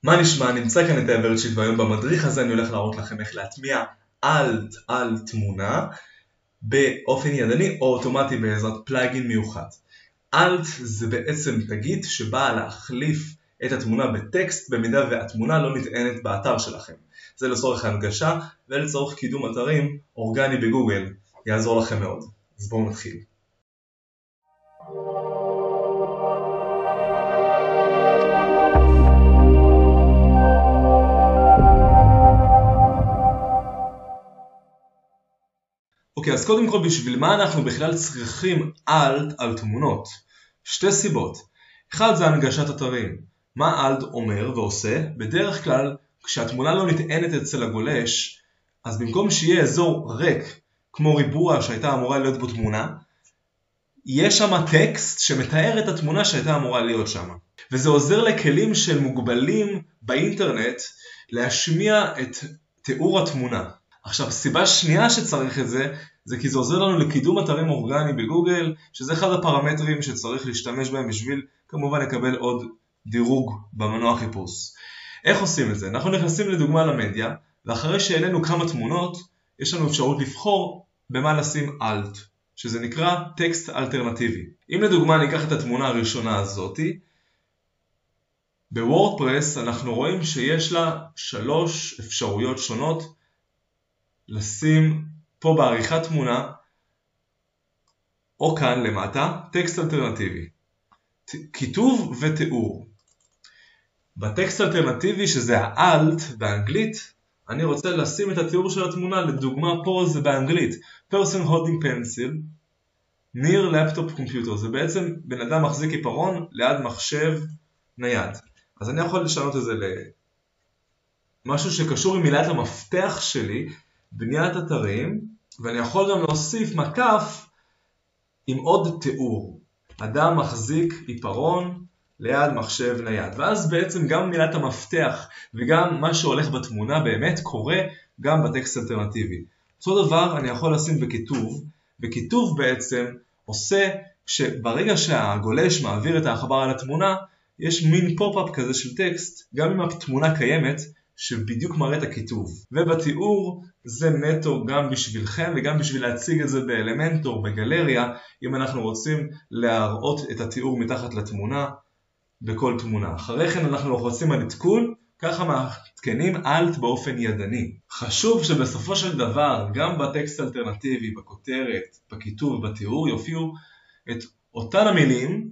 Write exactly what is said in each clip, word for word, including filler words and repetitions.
מה נשמע? נמצא כאן את האברצ'יט, והיום במדריך הזה אני הולך להראות לכם איך להטמיע אלט על תמונה באופן ידני או אוטומטי בעזרת פלאגין מיוחד. אלט זה בעצם תגית שבאה להחליף את התמונה בטקסט במידה והתמונה לא נטענת באתר שלכם. זה לצורך ההנגשה ולצורך קידום אתרים אורגני בגוגל. יעזור לכם מאוד. אז בואו נתחיל. אוקיי, אז קודם כל, בשביל מה אנחנו בכלל צריכים אלט על תמונות? שתי סיבות. אחד זה הנגשת אתרים. מה אלט אומר ועושה? בדרך כלל, כשהתמונה לא נטענת אצל הגולש, אז במקום שיהיה אזור ריק, כמו ריבוע שהייתה אמורה להיות בו תמונה, יש שם טקסט שמתאר את התמונה שהייתה אמורה להיות שם. וזה עוזר לכלים של מוגבלים באינטרנט להשמיע את תיאור התמונה. עכשיו, סיבה שנייה שצריך את זה, זה כי זה עוזר לנו לקידום אתרים אורגני בגוגל, שזה אחד הפרמטרים שצריך להשתמש בהם בשביל כמובן לקבל עוד דירוג במנוע חיפוש. איך עושים את זה? אנחנו נכנסים לדוגמה למדיה, ואחרי שהעלינו כמה תמונות, יש לנו אפשרות לבחור במה לשים אלט, שזה נקרא טקסט אלטרנטיבי. אם לדוגמה ניקח את התמונה הראשונה הזאתי, בוורדפרס אנחנו רואים שיש לה שלוש אפשרויות שונות לשים פה בעריכת תמונה, או כאן למטה, טקסט אלטרנטיבי. כיתוב ותיאור. בטקסט אלטרנטיבי, שזה האלט באנגלית, אני רוצה לשים את התיאור של התמונה, לדוגמה פה זה באנגלית. person holding pencil near laptop computer. זה בעצם בן אדם מחזיק עיפרון ליד מחשב נייד. אז אני יכול לשנות את זה למשהו שקשור עם מילת המפתח שלי, בניית אתרים, ואני יכול גם להוסיף מקף עם עוד תיאור. אדם מחזיק עיפרון ליד מחשב נייד. ואז בעצם גם מילת המפתח וגם מה שהולך בתמונה באמת קורה גם בטקסט אלטרנטיבי. אותו דבר אני יכול לשים בכיתוב. בכיתוב בעצם עושה שברגע שהגולש מעביר את העכבר על התמונה, יש מין פופ-אפ כזה של טקסט, גם אם התמונה קיימת, שבדיוק מראה את הכיתוב. ובתיאור זה נטו גם בשבילכם וגם בשביל להציג את זה באלמנטור, בגלריה, אם אנחנו רוצים להראות את התיאור מתחת לתמונה בכל תמונה. אחרי כן אנחנו לוחצים על עדכון, ככה מעדכנים אלט באופן ידני. חשוב שבסופו של דבר גם בטקסט אלטרנטיבי, בכותרת, בכיתוב, בתיאור יופיעו את אותן המילים,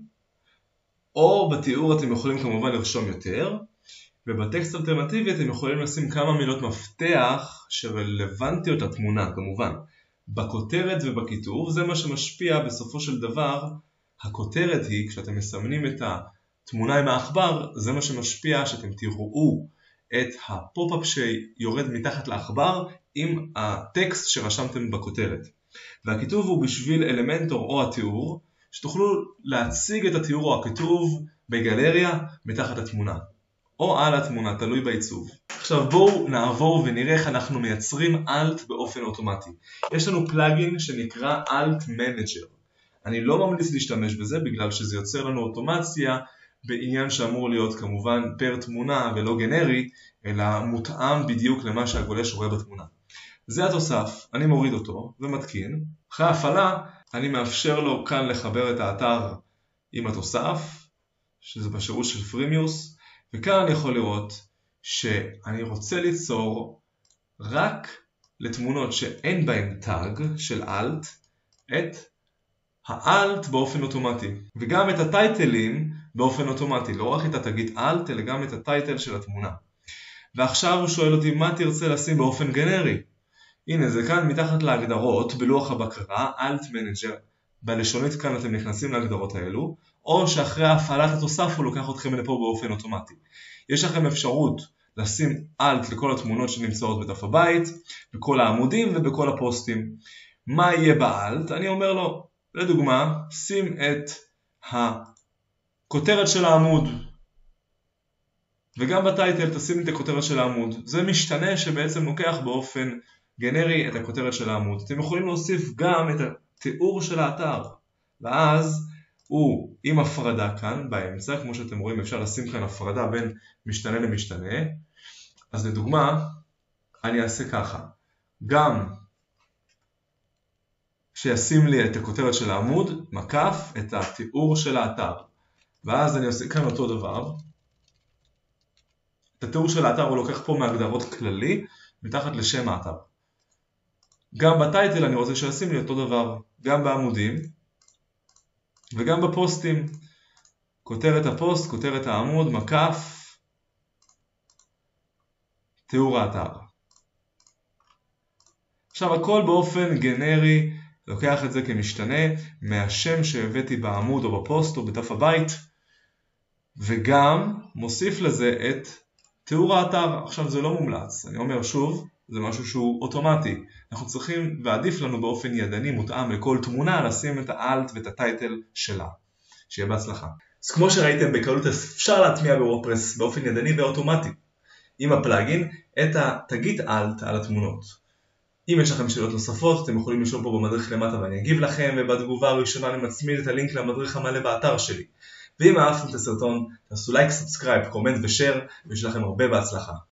או בתיאור אתם יכולים כמובן לרשום יותר, ובטקסט אלטרנטיבי אתם יכולים לשים כמה מילות מפתח שרלוונטיות לתמונה כמובן. בכותרת ובכיתוב זה מה שמשפיע בסופו של דבר. הכותרת היא, כשאתם מסמנים את התמונה עם העכבר, זה מה שמשפיע שאתם תראו את הפופ-אפ שיורד מתחת לעכבר עם הטקסט שרשמתם בכותרת. והכיתוב הוא בשביל אלמנטור או התיאור, שתוכלו להציג את התיאור או הכיתוב בגלריה מתחת לתמונה. או על התמונה, תלוי בעיצוב. עכשיו בואו נעבור ונראה איך אנחנו מייצרים אלט באופן אוטומטי. יש לנו פלאגין שנקרא אלט מנג'ר. אני לא ממליץ להשתמש בזה בגלל שזה יוצר לנו אוטומציה בעניין שאמור להיות כמובן פר תמונה ולא גנרי, אלא מותאם בדיוק למה שהגולש רואה בתמונה. זה התוסף, אני מוריד אותו ומתקין. אחרי ההפעלה אני מאפשר לו כאן לחבר את האתר עם התוסף, שזה בשירות של פרימיוס. וכאן אני יכול לראות שאני רוצה ליצור רק לתמונות שאין בהן טאג של אלט, את האלט באופן אוטומטי. וגם את הטייטלים באופן אוטומטי, לא רק את התגית אלט, אלא גם את הטייטל של התמונה. ועכשיו הוא שואל אותי מה תרצה לשים באופן גנרי. הנה זה כאן מתחת להגדרות בלוח הבקרה, אלט מנג'ר. בלשונית כאן אתם נכנסים להגדרות האלו, או שאחרי הפעלת התוסף הוא לוקח אתכם לפה באופן אוטומטי. יש לכם אפשרות לשים אלט לכל התמונות שנמצאות בדף הבית, בכל העמודים ובכל הפוסטים. מה יהיה באלט? אני אומר לו, לדוגמה, שים את הכותרת של העמוד, וגם בטייטל תשים את הכותרת של העמוד. זה משתנה שבעצם לוקח באופן גנרי את הכותרת של העמוד. אתם יכולים להוסיף גם את התיאור של האתר, ואז הוא עם הפרדה כאן באמצע, כמו שאתם רואים אפשר לשים כאן הפרדה בין משתנה למשתנה. אז לדוגמה, אני אעשה ככה, גם שישים לי את הכותרת של העמוד, מקף את התיאור של האתר. ואז אני עושה כאן אותו דבר. את התיאור של האתר הוא לוקח פה מהגדרות כללי, מתחת לשם האתר. גם בטייטל אני רוצה שישים לי אותו דבר, גם בעמודים וגם בפוסטים. כותרת הפוסט, כותרת העמוד, מקף, תיאור האתר. עכשיו הכל באופן גנרי, לוקח את זה כמשתנה מהשם שהבאתי בעמוד או בפוסט או בדף הבית, וגם מוסיף לזה את תיאור האתר. עכשיו זה לא מומלץ, אני אומר שוב, זה משהו שהוא אוטומטי. אנחנו צריכים, ועדיף לנו באופן ידני מותאם לכל תמונה, לשים את האלט ואת הטייטל שלה. שיהיה בהצלחה. אז כמו שראיתם בקלות אפשר להטמיע בוורדפרס באופן ידני ואוטומטי עם הפלאגין את התגית אלט על התמונות. אם יש לכם שאלות נוספות, אתם יכולים לשאול פה במדריך למטה ואני אגיב לכם, ובתגובה הראשונה אני מצמיד את הלינק למדריך המלא באתר שלי. ואם אהבתם את הסרטון, תעשו לייק, סאבסקרייב, קומנט ושאר, ויש לכם הרבה בהצלחה.